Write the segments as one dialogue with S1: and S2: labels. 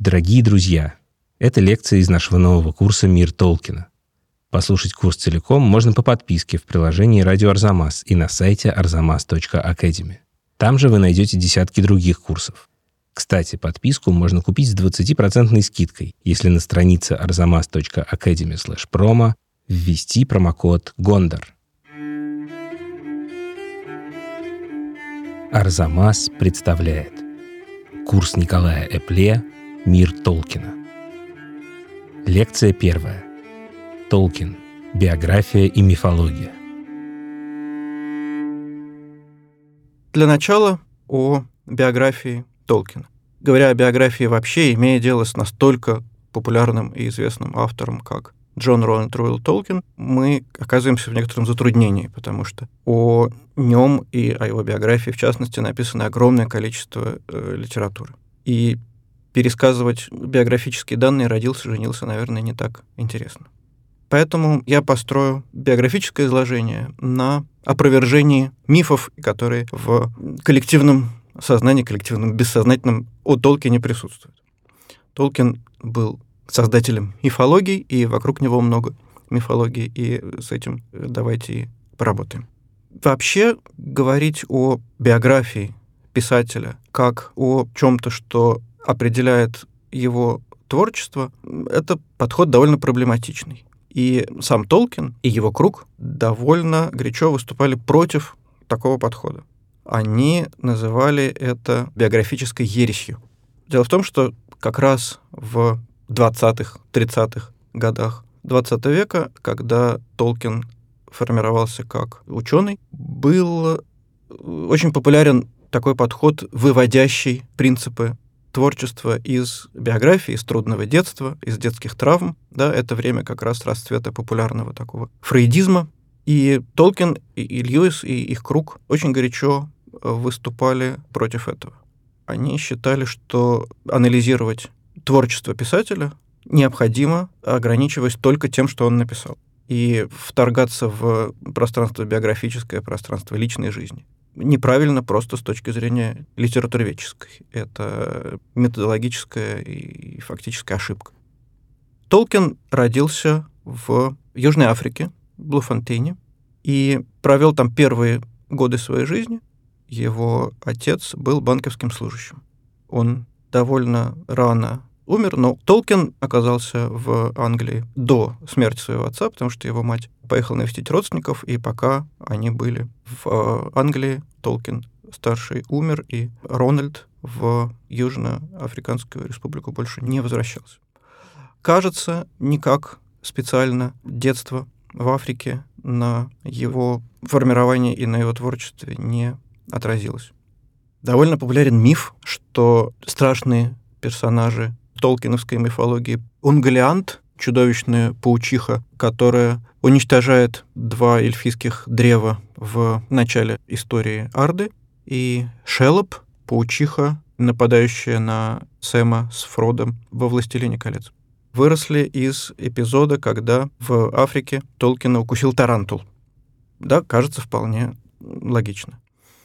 S1: Дорогие друзья, это лекция из нашего нового курса «Мир Толкина». Послушать курс целиком можно по подписке в приложении «Радио Арзамас» и на сайте arzamas.academy. Там же вы найдете десятки других курсов. Кстати, подписку можно купить с 20% скидкой, если на странице arzamas.academy/promo ввести промокод «Гондор». Арзамас представляет курс Николая Эпле «Мир Толкина». Лекция 1. Толкин. Биография и мифология.
S2: Для начала о биографии Толкина. Говоря о биографии вообще, имея дело с настолько популярным и известным автором, как Джон Рональд Руэлл Толкин, мы оказываемся в некотором затруднении, потому что о нем и о его биографии, в частности, написано огромное количество литературы. И пересказывать биографические данные «родился, женился», наверное, не так интересно. Поэтому я построю биографическое изложение на опровержении мифов, которые в коллективном сознании, коллективном бессознательном о Толкине присутствуют. Толкин был создателем мифологии, и вокруг него много мифологии, и с этим давайте и поработаем. Вообще говорить о биографии писателя как о чем-то, что определяет его творчество, это подход довольно проблематичный. И сам Толкин и его круг довольно горячо выступали против такого подхода. Они называли это биографической ересью. Дело в том, что как раз в 20-х, 30-х годах XX века, когда Толкин формировался как ученый, был очень популярен такой подход, выводящий принципы творчества из биографии, из трудного детства, из детских травм. Да, это время как раз расцвета популярного такого фрейдизма. И Толкин, и Льюис, и их круг очень горячо выступали против этого. Они считали, что анализировать творчество писателя необходимо, ограничиваясь только тем, что он написал, и вторгаться в пространство биографическое, пространство личной жизни. Неправильно просто с точки зрения литературоведческой. Это методологическая и фактическая ошибка. Толкин родился в Южной Африке, в Блуфонтейне, и провел там первые годы своей жизни. Его отец был банковским служащим. Он довольно рано умер, но Толкин оказался в Англии до смерти своего отца, потому что его мать поехала навестить родственников, и пока они были в Англии, Толкин старший умер, и Рональд в Южноафриканскую республику больше не возвращался. Кажется, никак специально детство в Африке на его формировании и на его творчестве не отразилось. Довольно популярен миф, что страшные персонажи толкиновской мифологии Унгалиант, чудовищная паучиха, которая уничтожает 2 эльфийских древа в начале истории Арды, и Шеллоп, паучиха, нападающая на Сэма с Фродом во «Властелине колец», выросли из эпизода, когда в Африке Толкина укусил тарантул. Да, кажется, вполне логично.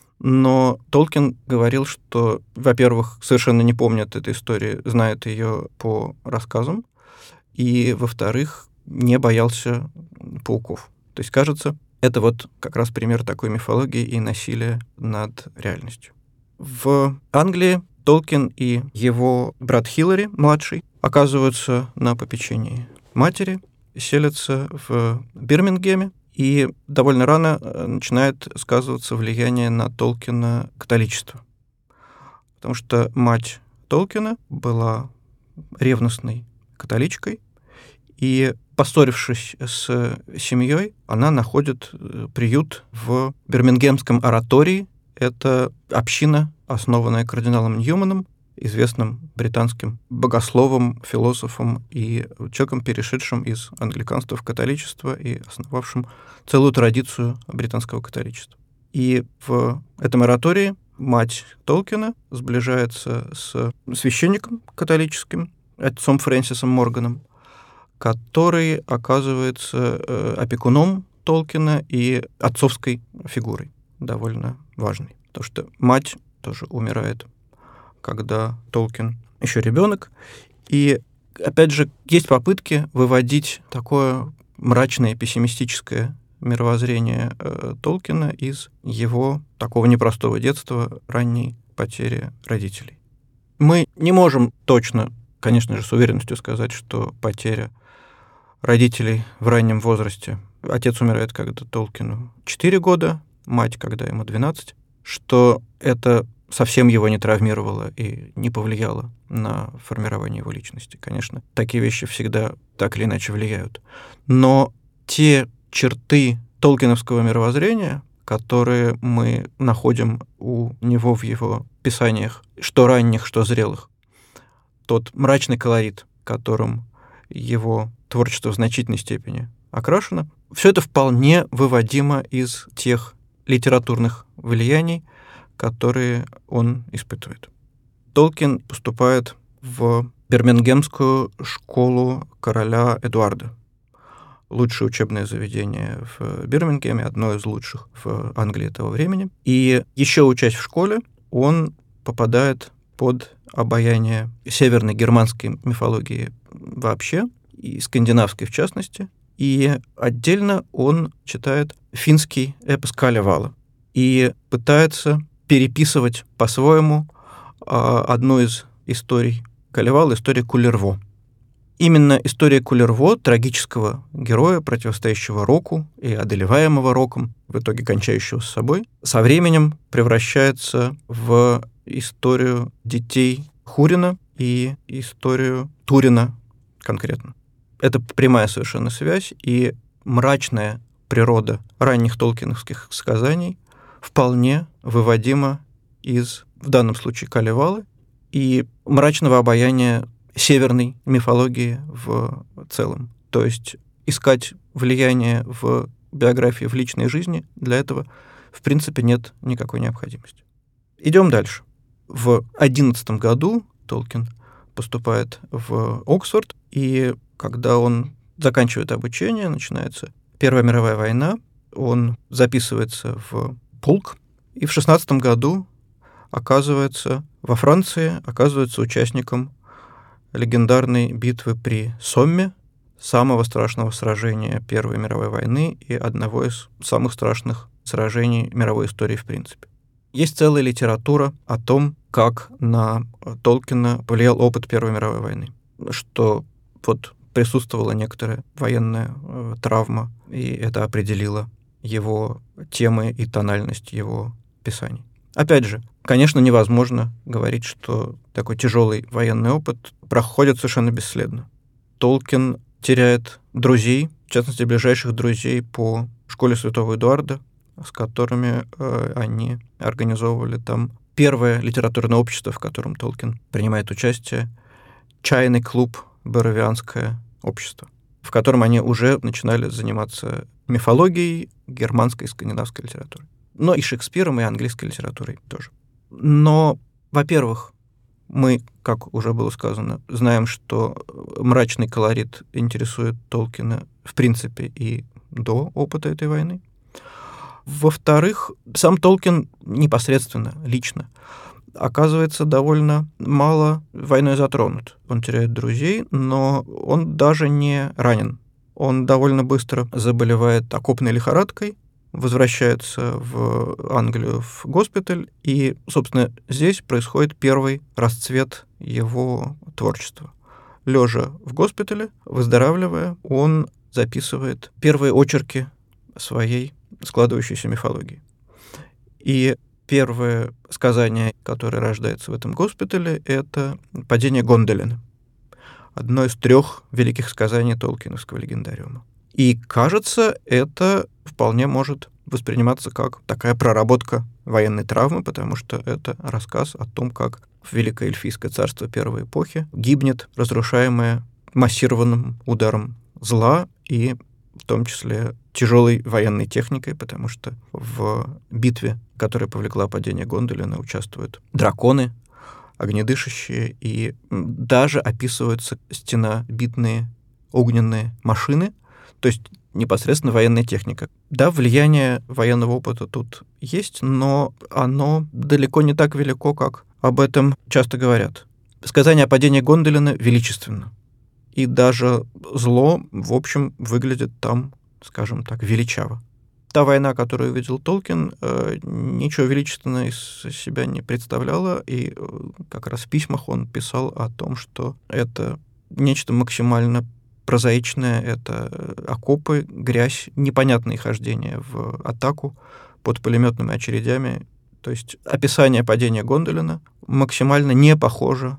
S2: Но Толкин говорил, что, во-первых, совершенно не помнит этой истории, знает ее по рассказам, и, во-вторых, не боялся пауков. То есть, кажется, это вот как раз пример такой мифологии и насилия над реальностью. В Англии Толкин и его брат Хиллари, младший, оказываются на попечении матери, селятся в Бирмингеме, и довольно рано начинает сказываться влияние на Толкина католичества. Потому что мать Толкина была ревностной католичкой, и, поссорившись с семьей, она находит приют в Бирмингемском оратории. Это община, основанная кардиналом Ньюманом, известным британским богословом, философом и человеком, перешедшим из англиканства в католичество и основавшим целую традицию британского католичества. И в этом оратории мать Толкина сближается с священником католическим, отцом Фрэнсисом Морганом, который оказывается опекуном Толкина и отцовской фигурой, довольно важной. Потому что мать тоже умирает, когда Толкин еще ребенок, И, опять же, есть попытки выводить такое мрачное, пессимистическое мировоззрение Толкина из его такого непростого детства, ранней потери родителей. Мы не можем точно, конечно же, с уверенностью сказать, что потеря родителей в раннем возрасте, отец умирает, когда Толкину 4 года, мать, когда ему 12, что это совсем его не травмировало и не повлияло на формирование его личности. Конечно, такие вещи всегда так или иначе влияют. Но те черты толкиновского мировоззрения, которые мы находим у него в его писаниях, что ранних, что зрелых, тот мрачный колорит, которым его творчество в значительной степени окрашено, все это вполне выводимо из тех литературных влияний, которые он испытывает. Толкин поступает в Бирмингемскую школу короля Эдуарда. Лучшее учебное заведение в Бирмингеме, одно из лучших в Англии того времени. И еще учась в школе, он попадает под обаяние северной германской мифологии вообще, и скандинавской в частности. И отдельно он читает финский эпос Калевала и пытается переписывать по-своему одну из историй Калевала, историю Кулерво. Именно история Кулерво, трагического героя, противостоящего Року и одолеваемого Роком, в итоге кончающего с собой, со временем превращается в историю детей Хурина и историю Турина конкретно. Это прямая совершенно связь, и мрачная природа ранних толкиновских сказаний вполне выводима из, в данном случае, Калевалы и мрачного обаяния северной мифологии в целом. То есть искать влияние в биографии, в личной жизни, для этого, в принципе, нет никакой необходимости. Идем дальше. В 11 году Толкин поступает в Оксфорд, и когда он заканчивает обучение, начинается Первая мировая война, он записывается в полк, и в 16 году оказывается во Франции, оказывается участником легендарной битвы при Сомме, самого страшного сражения Первой мировой войны и одного из самых страшных сражений мировой истории в принципе. Есть целая литература о том, как на Толкина повлиял опыт Первой мировой войны, что вот присутствовала некоторая военная травма, и это определило его темы и тональность его писаний. Опять же, конечно, невозможно говорить, что такой тяжелый военный опыт проходит совершенно бесследно. Толкин теряет друзей, в частности, ближайших друзей по школе Святого Эдуарда, с которыми они организовывали там первое литературное общество, в котором Толкин принимает участие, чайный клуб «Боровианское общество», в котором они уже начинали заниматься мифологией, германской и скандинавской литературой. Но и Шекспиром, и английской литературой тоже. Но, во-первых, мы, как уже было сказано, знаем, что мрачный колорит интересует Толкина в принципе и до опыта этой войны. Во-вторых, сам Толкин непосредственно, лично, оказывается довольно мало войной затронут. Он теряет друзей, но он даже не ранен. Он довольно быстро заболевает окопной лихорадкой, возвращается в Англию в госпиталь, и, собственно, здесь происходит первый расцвет его творчества. Лежа в госпитале, выздоравливая, он записывает первые очерки своей складывающейся мифологии. И первое сказание, которое рождается в этом госпитале, это «Падение Гондолина», одно из 3 великих сказаний толкиновского легендариума. И, кажется, это вполне может восприниматься как такая проработка военной травмы, потому что это рассказ о том, как в Великое Эльфийское царство первой эпохи гибнет, разрушаемое массированным ударом зла и в том числе тяжелой военной техникой, потому что в битве, которая повлекла падение Гондолина, участвуют драконы, огнедышащие, и даже описываются стенобитные огненные машины, то есть непосредственно военная техника. Да, влияние военного опыта тут есть, но оно далеко не так велико, как об этом часто говорят. Сказание о падении Гондолина величественно. И даже зло, в общем, выглядит там, скажем так, величаво. Та война, которую видел Толкин, ничего величественного из себя не представляла, и как раз в письмах он писал о том, что это нечто максимально прозаичное, это окопы, грязь, непонятные хождения в атаку под пулеметными очередями. То есть описание падения Гондолина максимально не похоже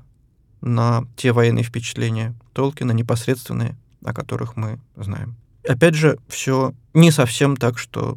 S2: на те военные впечатления Толкина, непосредственные, о которых мы знаем. Опять же, все не совсем так, что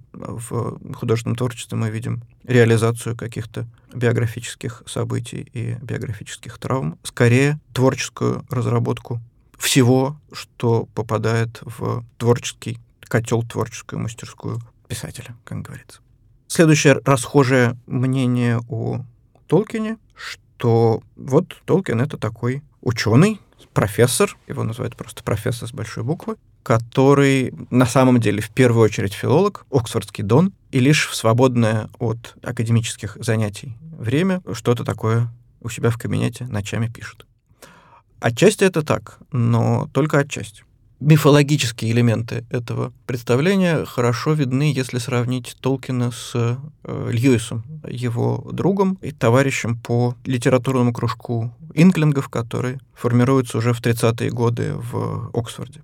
S2: в художественном творчестве мы видим реализацию каких-то биографических событий и биографических травм, скорее творческую разработку всего, что попадает в творческий котел, творческую мастерскую писателя, как говорится. Следующее расхожее мнение о Толкине, что вот Толкин — это такой ученый, профессор, его называют просто профессор с большой буквы, который на самом деле в первую очередь филолог, оксфордский дон, и лишь в свободное от академических занятий время что-то такое у себя в кабинете ночами пишет. Отчасти это так, но только отчасти. Мифологические элементы этого представления хорошо видны, если сравнить Толкина с Льюисом, его другом и товарищем по литературному кружку инклингов, который формируется уже в 30-е годы в Оксфорде.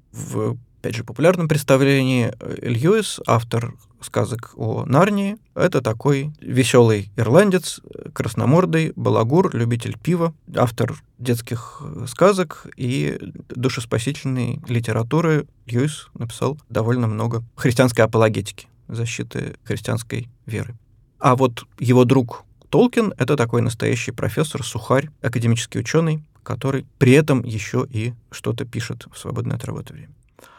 S2: В, опять же, популярном представлении Льюис, автор сказок о Нарнии, это такой веселый ирландец, красномордый, балагур, любитель пива, автор детских сказок и душеспасительной литературы. Льюис написал довольно много христианской апологетики, защиты христианской веры. А вот его друг Толкин — это такой настоящий профессор, сухарь, академический ученый, который при этом еще и что-то пишет в свободное от работы время.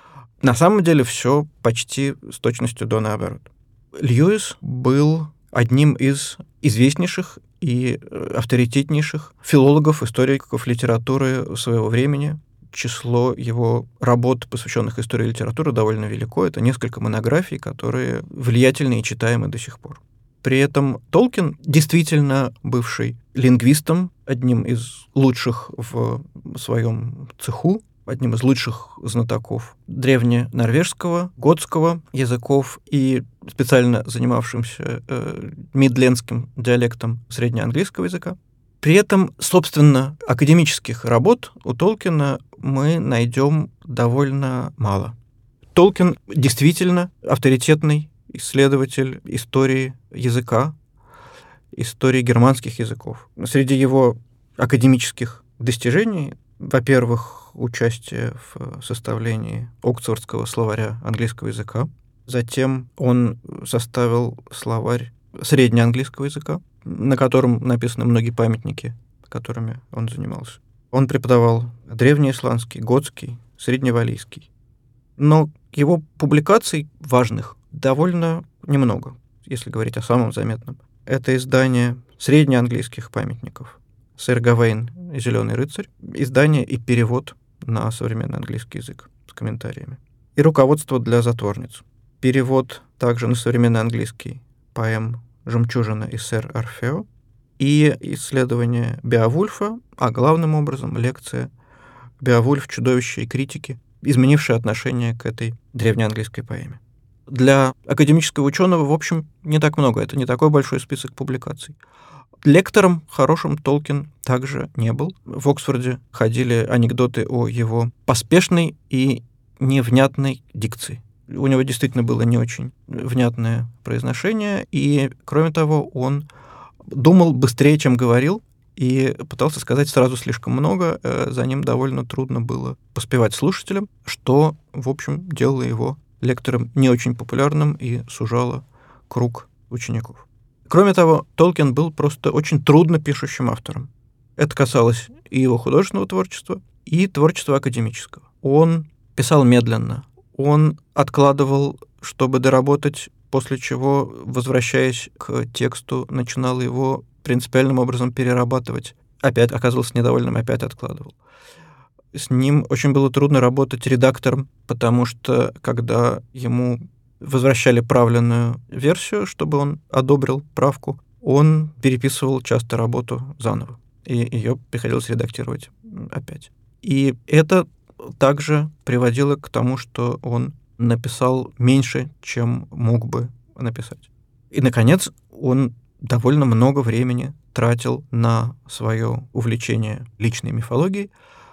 S2: На самом деле все почти с точностью до наоборот. Льюис был одним из известнейших и авторитетнейших филологов, историков литературы своего времени. Число его работ, посвященных истории литературы, довольно велико. Это несколько монографий, которые влиятельны и читаемы до сих пор. При этом Толкин, действительно бывший лингвистом, одним из лучших в своем цеху, одним из лучших знатоков древненорвежского, готского языков и специально занимавшимся мидлендским диалектом среднеанглийского языка. При этом, собственно, академических работ у Толкина мы найдем довольно мало. Толкин действительно авторитетный исследователь истории языка, истории германских языков. Среди его академических достижений, во-первых, участие в составлении Оксфордского словаря английского языка. Затем он составил словарь среднеанглийского языка, на котором написаны многие памятники, которыми он занимался. Он преподавал древнеисландский, готский, средневаллийский. Но его публикаций важных довольно немного, если говорить о самом заметном. Это издание среднеанглийских памятников «Сэр Гавейн и Зеленый рыцарь», издание и перевод на современный английский язык с комментариями. И руководство для затворниц. Перевод также на современный английский поэм «Жемчужина» и «Сэр Орфео». И исследование Беовульфа, а главным образом лекция «Беовульф. Чудовища и критики», изменившая отношение к этой древнеанглийской поэме. Для академического ученого, в общем, не так много. Это не такой большой список публикаций. Лектором хорошим Толкин также не был. В Оксфорде ходили анекдоты о его поспешной и невнятной дикции. У него действительно было не очень внятное произношение, и, кроме того, он думал быстрее, чем говорил, и пытался сказать сразу слишком много. За ним довольно трудно было поспевать слушателям, что, в общем, делало его лектором не очень популярным и сужало круг учеников. Кроме того, Толкин был просто очень трудно пишущим автором. Это касалось и его художественного творчества, и творчества академического. Он писал медленно, он откладывал, чтобы доработать, после чего, возвращаясь к тексту, начинал его принципиальным образом перерабатывать. Опять оказывался недовольным, опять откладывал. С ним очень было трудно работать редактором, потому что, когда ему возвращали правленную версию, чтобы он одобрил правку, он переписывал часто работу заново. и ее приходилось редактировать опять. И это также приводило к тому, что он написал меньше, чем мог бы написать. И, наконец, он довольно много времени тратил на свое увлечение личной мифологией,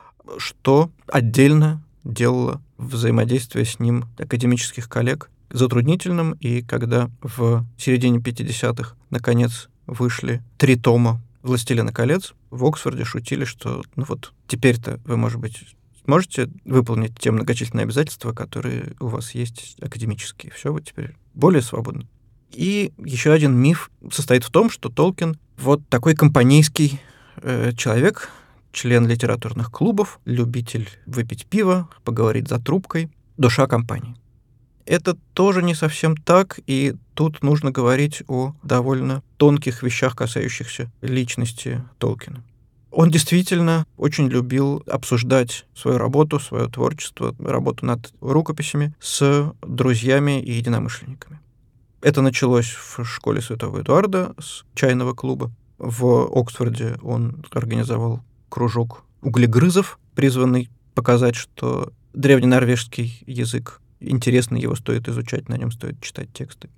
S2: что отдельно делало взаимодействие с ним академических коллег затруднительным. И когда в середине 50-х, наконец, вышли 3 тома «Властелина колец», в Оксфорде шутили, что теперь-то вы, может быть, можете выполнить те многочисленные обязательства, которые у вас есть академические. Все, вы теперь более свободны. И еще один миф состоит в том, что Толкин такой компанейский человек, член литературных клубов, любитель выпить пиво, поговорить за трубкой, душа компании. Это тоже не совсем так, и тут нужно говорить о довольно тонких вещах, касающихся личности Толкина. Он действительно очень любил обсуждать свою работу, свое творчество, работу над рукописями с друзьями и единомышленниками. Это началось в школе Святого Эдуарда с чайного клуба. В Оксфорде он организовал кружок углегрызов, призванный показать, что древненорвежский язык интересный, его стоит изучать, на нем стоит читать тексты.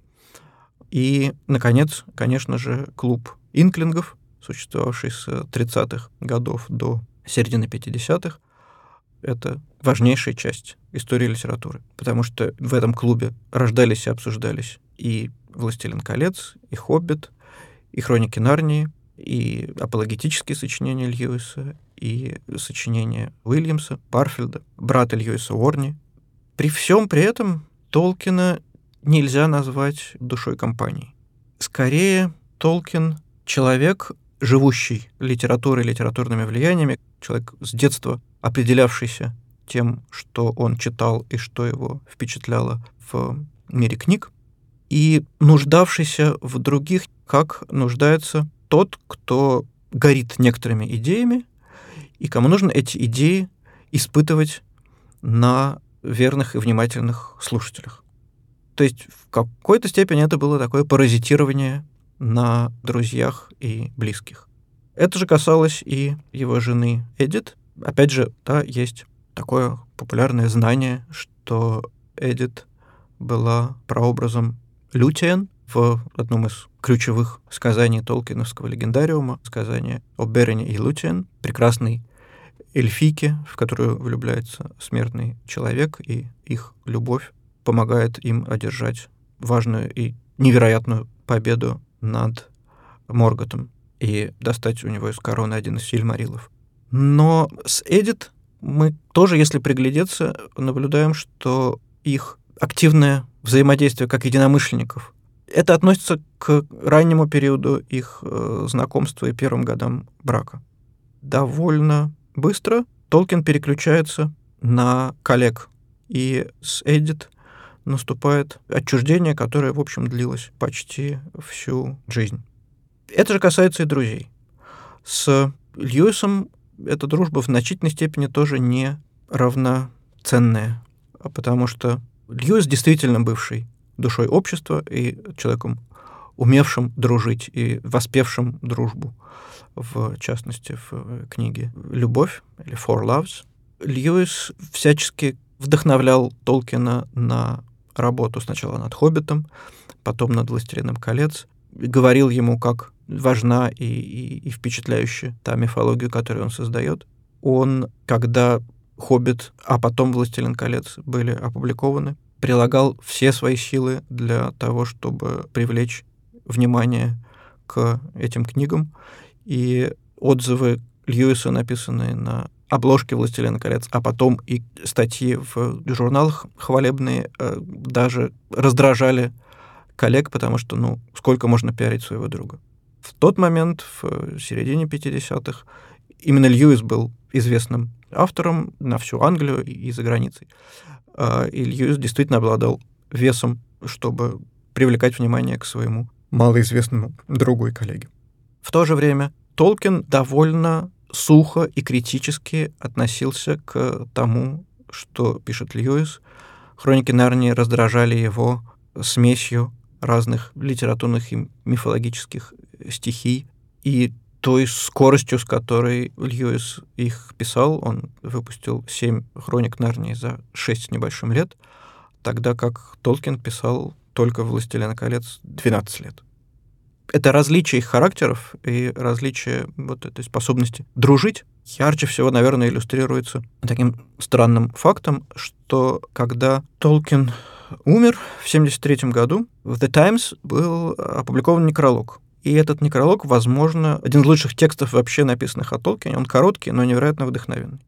S2: И, наконец, конечно же, клуб инклингов, существовавший с 30-х годов до середины 50-х, это важнейшая часть истории литературы, потому что в этом клубе рождались и обсуждались и «Властелин колец», и «Хоббит», и «Хроники Нарнии», и апологетические сочинения Льюиса, и сочинения Уильямса, Барфилда, брата Льюиса Уорни. При всем при этом Толкина нельзя назвать душой компании. Скорее, Толкин — человек, живущий литературой, литературными влияниями, человек с детства определявшийся тем, что он читал и что его впечатляло в мире книг, и нуждавшийся в других, как нуждается тот, кто горит некоторыми идеями, и кому нужно эти идеи испытывать на верных и внимательных слушателях. То есть в какой-то степени это было такое паразитирование на друзьях и близких. Это же касалось и его жены Эдит. Опять же, есть такое популярное знание, что Эдит была прообразом Лютиен в одном из ключевых сказаний толкиновского легендариума, сказание о Берене и Лютиен, прекрасной эльфийке, в которую влюбляется смертный человек, и их любовь помогает им одержать важную и невероятную победу над Морготом и достать у него из короны один из сильмарилов. Но с Эдит мы тоже, если приглядеться, наблюдаем, что их активное взаимодействие как единомышленников, это относится к раннему периоду их знакомства и первым годам брака. Довольно быстро Толкин переключается на коллег, и с Эдит наступает отчуждение, которое, в общем, длилось почти всю жизнь. Это же касается и друзей. С Льюисом эта дружба в значительной степени тоже не равноценная, потому что Льюис действительно бывший душой общества и человеком, умевшим дружить и воспевшим дружбу, в частности, в книге «Любовь» или «Four Loves». Льюис всячески вдохновлял Толкина на работу сначала над «Хоббитом», потом над «Властелином колец», говорил ему, как важна и впечатляющая та мифология, которую он создает. Он, когда «Хоббит», а потом «Властелин колец» были опубликованы, прилагал все свои силы для того, чтобы привлечь внимание к этим книгам. И отзывы Льюиса, написанные на обложке «Властелина колец», а потом и статьи в журналах хвалебные, даже раздражали коллег, потому что, сколько можно пиарить своего друга. В тот момент, в середине 50-х, именно Льюис был известным автором на всю Англию и за границей. И Льюис действительно обладал весом, чтобы привлекать внимание к своему малоизвестному другу и коллеге. В то же время Толкин довольно сухо и критически относился к тому, что пишет Льюис. «Хроники Нарнии» раздражали его смесью разных литературных и мифологических стихий. И той скоростью, с которой Льюис их писал. Он выпустил 7 хроник Нарнии за 6 с небольшим лет, тогда как Толкин писал только «Властелина колец» 12 лет. Это различие их характеров и различие вот этой способности дружить ярче всего, наверное, иллюстрируется таким странным фактом, что когда Толкин умер в 1973 году, в The Times был опубликован некролог. И этот некролог, возможно, один из лучших текстов вообще написанных о Толкине. Он короткий, но невероятно вдохновенный.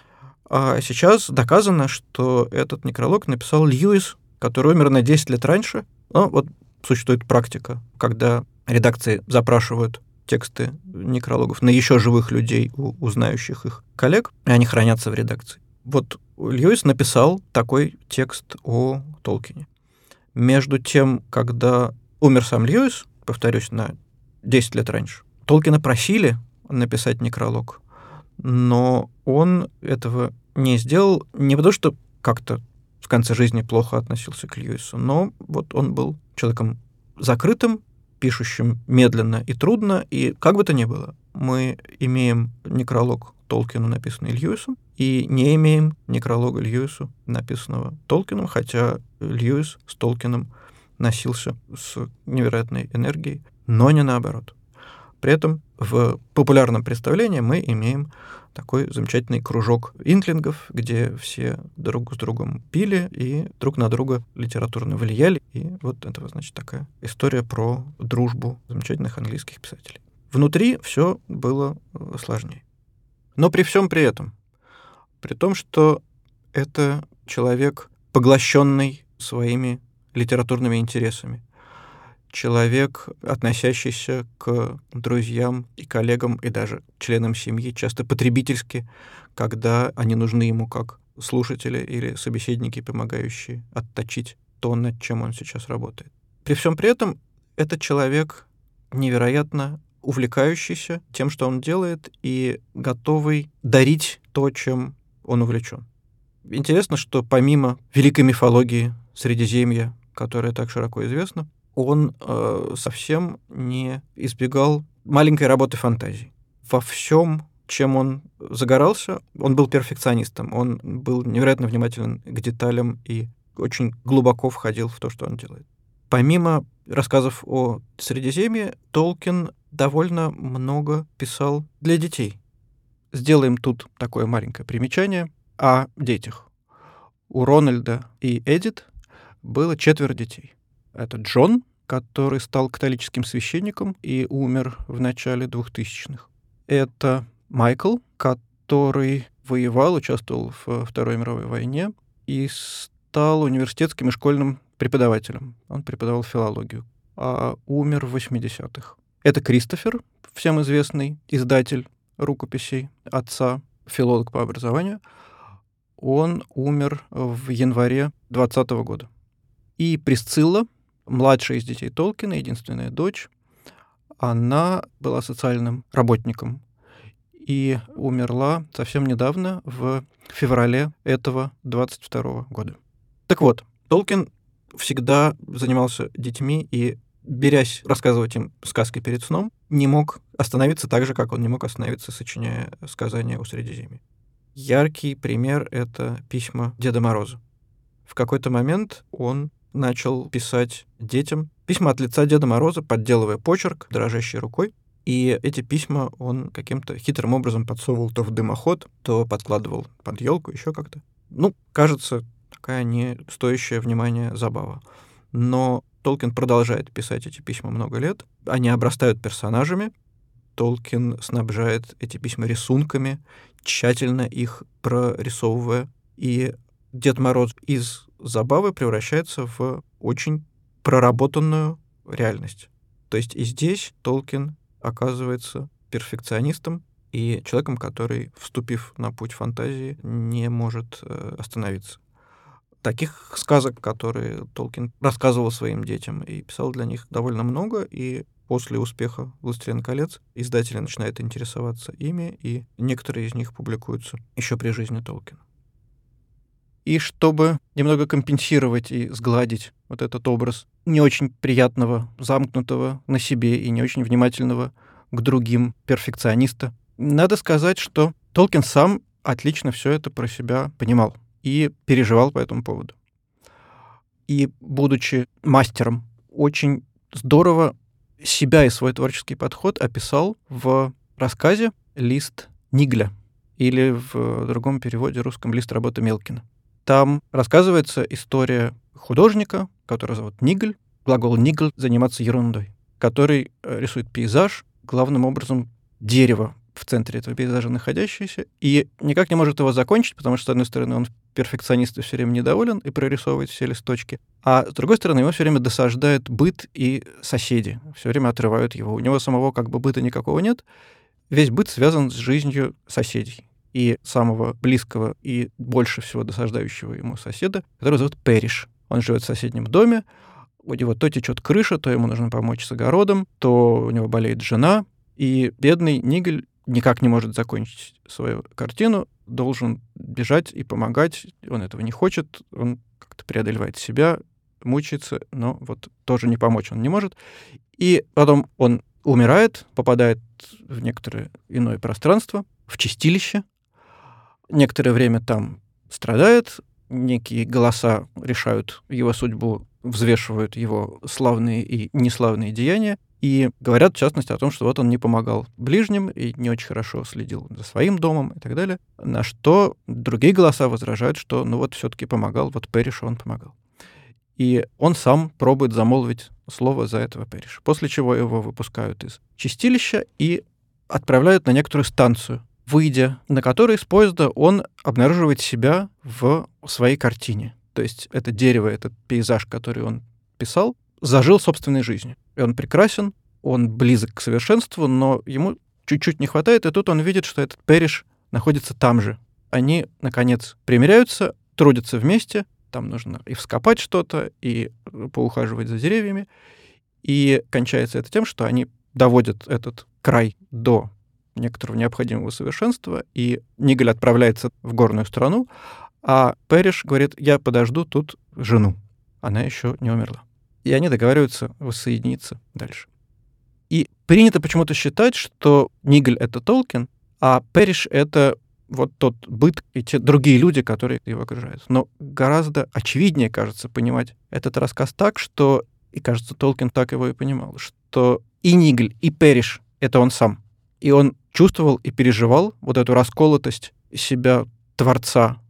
S2: А сейчас доказано, что этот некролог написал Льюис, который умер на 10 лет раньше. Но вот существует практика, когда редакции запрашивают тексты некрологов на еще живых людей, у знающих их коллег, и они хранятся в редакции. Вот Льюис написал такой текст о Толкине. Между тем, когда умер сам Льюис, повторюсь, на 10 лет раньше, Толкина просили написать некролог, но он этого не сделал не потому, что как-то в конце жизни плохо относился к Льюису, но вот он был человеком закрытым, пишущим медленно и трудно, и как бы то ни было, мы имеем некролог Толкину, написанный Льюисом, и не имеем некролога Льюису, написанного Толкином, хотя Льюис с Толкином носился с невероятной энергией, но не наоборот. При этом в популярном представлении мы имеем такой замечательный кружок инклингов, где все друг с другом пили и друг на друга литературно влияли. И вот это, значит, такая история про дружбу замечательных английских писателей. Внутри все было сложнее. Но при всем при этом, при том, что это человек, поглощенный своими литературными интересами, человек, относящийся к друзьям и коллегам, и даже членам семьи, часто потребительски, когда они нужны ему как слушатели или собеседники, помогающие отточить то, над чем он сейчас работает. При всем при этом этот человек невероятно увлекающийся тем, что он делает, и готовый дарить то, чем он увлечен. Интересно, что помимо великой мифологии Средиземья, которая так широко известна, он совсем не избегал маленькой работы фантазии. Во всем, чем он загорался, он был перфекционистом, он был невероятно внимателен к деталям и очень глубоко входил в то, что он делает. Помимо рассказов о Средиземье, Толкин довольно много писал для детей. Сделаем тут такое маленькое примечание о детях. У Рональда и Эдит было 4 детей. Это Джон, который стал католическим священником и умер в начале 2000-х. Это Майкл, который воевал, участвовал в Второй мировой войне и стал университетским и школьным преподавателем. Он преподавал филологию, а умер в 80-х. Это Кристофер, всем известный издатель рукописей отца, филолог по образованию. Он умер в январе 2020 года. И Присцилла, младшая из детей Толкина, единственная дочь, она была социальным работником и умерла совсем недавно, в феврале этого 22 года. Так вот, Толкин всегда занимался детьми и, берясь рассказывать им сказки перед сном, не мог остановиться так же, как он не мог остановиться, сочиняя сказания о Средиземье. Яркий пример — это письма Деда Мороза. В какой-то момент он начал писать детям письма от лица Деда Мороза, подделывая почерк дрожащей рукой. И эти письма он каким-то хитрым образом подсовывал то в дымоход, то подкладывал под елку, еще как-то. Кажется, такая не стоящая внимания забава. Но Толкин продолжает писать эти письма много лет. Они обрастают персонажами. Толкин снабжает эти письма рисунками, тщательно их прорисовывая. И Дед Мороз из забавы превращается в очень проработанную реальность. То есть и здесь Толкин оказывается перфекционистом и человеком, который, вступив на путь фантазии, не может остановиться. Таких сказок, которые Толкин рассказывал своим детям и писал для них, довольно много, и после успеха «Властелина колец» издатели начинают интересоваться ими, и некоторые из них публикуются еще при жизни Толкина. И чтобы немного компенсировать и сгладить вот этот образ не очень приятного, замкнутого на себе и не очень внимательного к другим перфекциониста. Надо сказать, что Толкин сам отлично все это про себя понимал и переживал по этому поводу. И, будучи мастером, очень здорово себя и свой творческий подход описал в рассказе «Лист Нигля» или в другом переводе русском «Лист работы Мелкина». Там рассказывается история художника, который зовут Нигль, глагол «нигль» — заниматься ерундой, который рисует пейзаж, главным образом дерево в центре этого пейзажа находящееся, и никак не может его закончить, потому что, с одной стороны, он перфекционист и все время недоволен и прорисовывает все листочки, а с другой стороны, его все время досаждает быт и соседи, все время отрывают его. У него самого как бы быта никакого нет, весь быт связан с жизнью соседей. И самого близкого и больше всего досаждающего ему соседа, который зовут Пэриш. Он живет в соседнем доме, у него то течет крыша, то ему нужно помочь с огородом, то у него болеет жена, и бедный Нигль никак не может закончить свою картину, должен бежать и помогать, он этого не хочет, он как-то преодолевает себя, мучается, но вот тоже не помочь он не может. И потом он умирает, попадает в некоторое иное пространство, в чистилище, некоторое время там страдает, некие голоса решают его судьбу, взвешивают его славные и неславные деяния, и говорят, в частности, о том, что вот он не помогал ближним и не очень хорошо следил за своим домом и так далее, на что другие голоса возражают, что ну вот все-таки помогал, вот Пэришу он помогал. И он сам пробует замолвить слово за этого Пэриша, после чего его выпускают из чистилища и отправляют на некоторую станцию, выйдя на которой с поезда он обнаруживает себя в своей картине. То есть это дерево, этот пейзаж, который он писал, зажил собственной жизнью. И он прекрасен, он близок к совершенству, но ему чуть-чуть не хватает, и тут он видит, что этот Пэриш находится там же. Они, наконец, примиряются, трудятся вместе, там нужно и вскопать что-то, и поухаживать за деревьями, и кончается это тем, что они доводят этот край до некоторого необходимого совершенства, и Нигль отправляется в горную страну, а Пэриш говорит, я подожду тут жену, она еще не умерла. И они договариваются воссоединиться дальше. И принято почему-то считать, что Нигль — это Толкин, а Пэриш — это вот тот быт и те другие люди, которые его окружают. Но гораздо очевиднее, кажется, понимать этот рассказ так, что, и кажется, Толкин так его и понимал, что и Нигль, и Пэриш — это он сам. И он чувствовал и переживал вот эту расколотость себя творца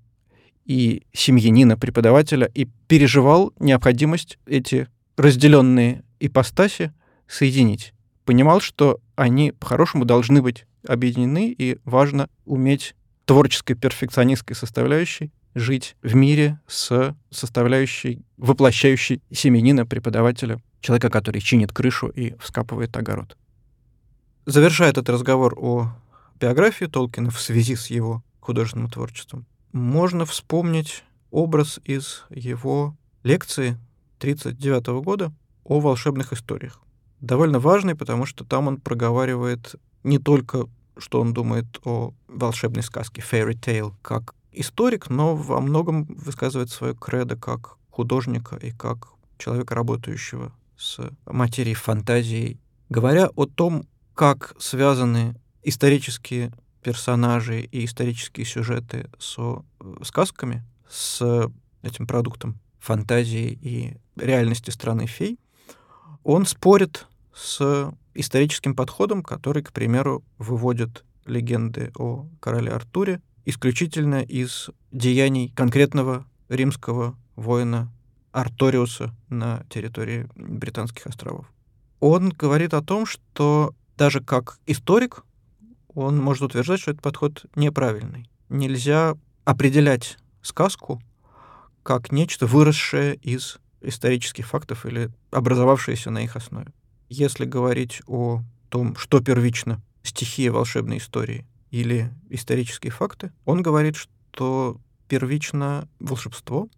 S2: и семьянина, преподавателя, и переживал необходимость эти разделенные ипостаси соединить. Понимал, что они по-хорошему должны быть объединены, и важно уметь творческой перфекционистской составляющей жить в мире с составляющей, воплощающей семьянина, преподавателя, человека, который чинит крышу и вскапывает огород. Завершая этот разговор о биографии Толкина в связи с его художественным творчеством, можно вспомнить образ из его лекции 1939 года о волшебных историях. Довольно важный, потому что там он проговаривает не только, что он думает о волшебной сказке fairy tale как историк, но во многом высказывает свое кредо как художника и как человека, работающего с материей, фантазией, говоря о том, как связаны исторические персонажи и исторические сюжеты со сказками, с этим продуктом фантазии и реальности страны фей. Он спорит с историческим подходом, который, к примеру, выводит легенды о короле Артуре исключительно из деяний конкретного римского воина Арториуса на территории Британских островов. Он говорит о том, что даже как историк он может утверждать, что этот подход неправильный. Нельзя определять сказку как нечто, выросшее из исторических фактов или образовавшееся на их основе. Если говорить о том, что первично, стихия волшебной истории или исторические факты, он говорит, что первично волшебство,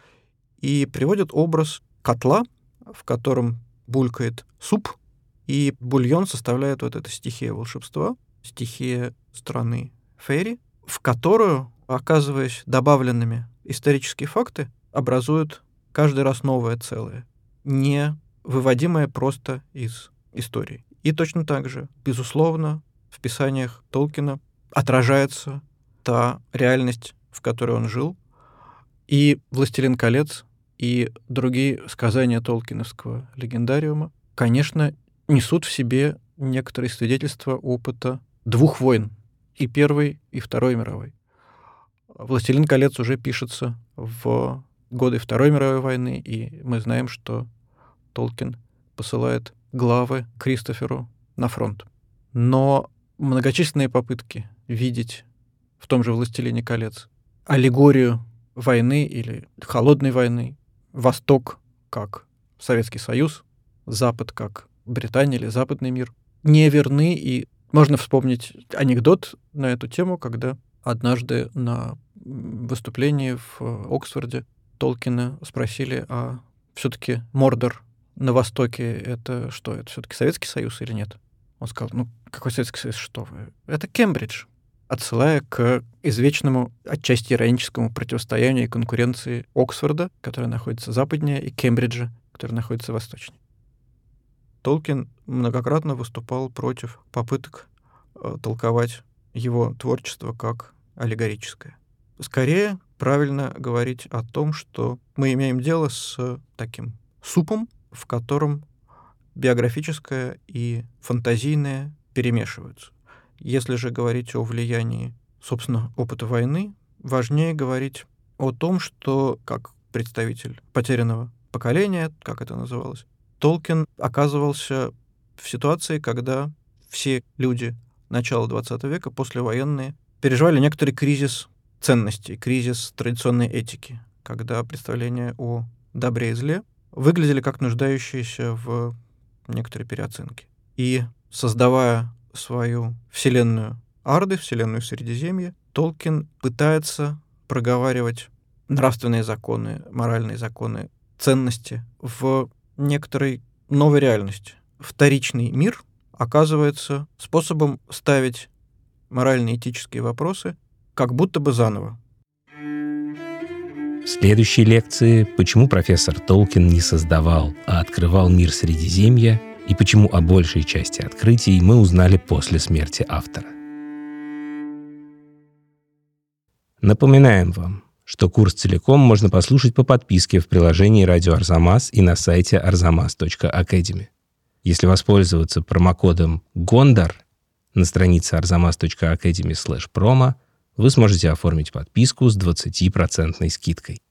S2: и приводит образ котла, в котором булькает суп, и бульон составляет вот эта стихия волшебства, стихия страны фейри, в которую, оказываясь добавленными исторические факты, образуют каждый раз новое целое, не выводимое просто из истории. И точно так же, безусловно, в писаниях Толкина отражается та реальность, в которой он жил, и «Властелин колец», и другие сказания толкиновского легендариума, конечно, несут в себе некоторые свидетельства опыта двух войн, и Первой, и Второй мировой. «Властелин колец» уже пишется в годы Второй мировой войны, и мы знаем, что Толкин посылает главы Кристоферу на фронт. Но многочисленные попытки видеть в том же «Властелине колец» аллегорию войны или холодной войны, Восток как Советский Союз, Запад как Британия или Западный мир, не верны, и можно вспомнить анекдот на эту тему, когда однажды на выступлении в Оксфорде Толкина спросили, а все-таки Мордор на Востоке — это что? Это все-таки Советский Союз или нет? Он сказал, какой Советский Союз, что вы? Это Кембридж, отсылая к извечному, отчасти ироническому противостоянию и конкуренции Оксфорда, который находится западнее, и Кембриджа, который находится восточнее. Толкин многократно выступал против попыток толковать его творчество как аллегорическое. Скорее, правильно говорить о том, что мы имеем дело с таким супом, в котором биографическое и фантазийное перемешиваются. Если же говорить о влиянии, собственно, опыта войны, важнее говорить о том, что, как представитель потерянного поколения, как это называлось, Толкин оказывался в ситуации, когда все люди начала XX века, послевоенные, переживали некоторый кризис ценностей, кризис традиционной этики, когда представления о добре и зле выглядели как нуждающиеся в некоторой переоценке. И, создавая свою вселенную Арды, вселенную Средиземья, Толкин пытается проговаривать нравственные законы, моральные законы, ценности в некоторой новой реальности. Вторичный мир оказывается способом ставить морально-этические вопросы как будто бы заново.
S1: В следующей лекции «Почему профессор Толкин не создавал, а открывал мир Средиземья» и почему о большей части открытий мы узнали после смерти автора. Напоминаем вам, что курс целиком можно послушать по подписке в приложении «Радио Арзамас» и на сайте arzamas.academy. Если воспользоваться промокодом «Гондар» на странице arzamas.academy/promo, вы сможете оформить подписку с 20% скидкой.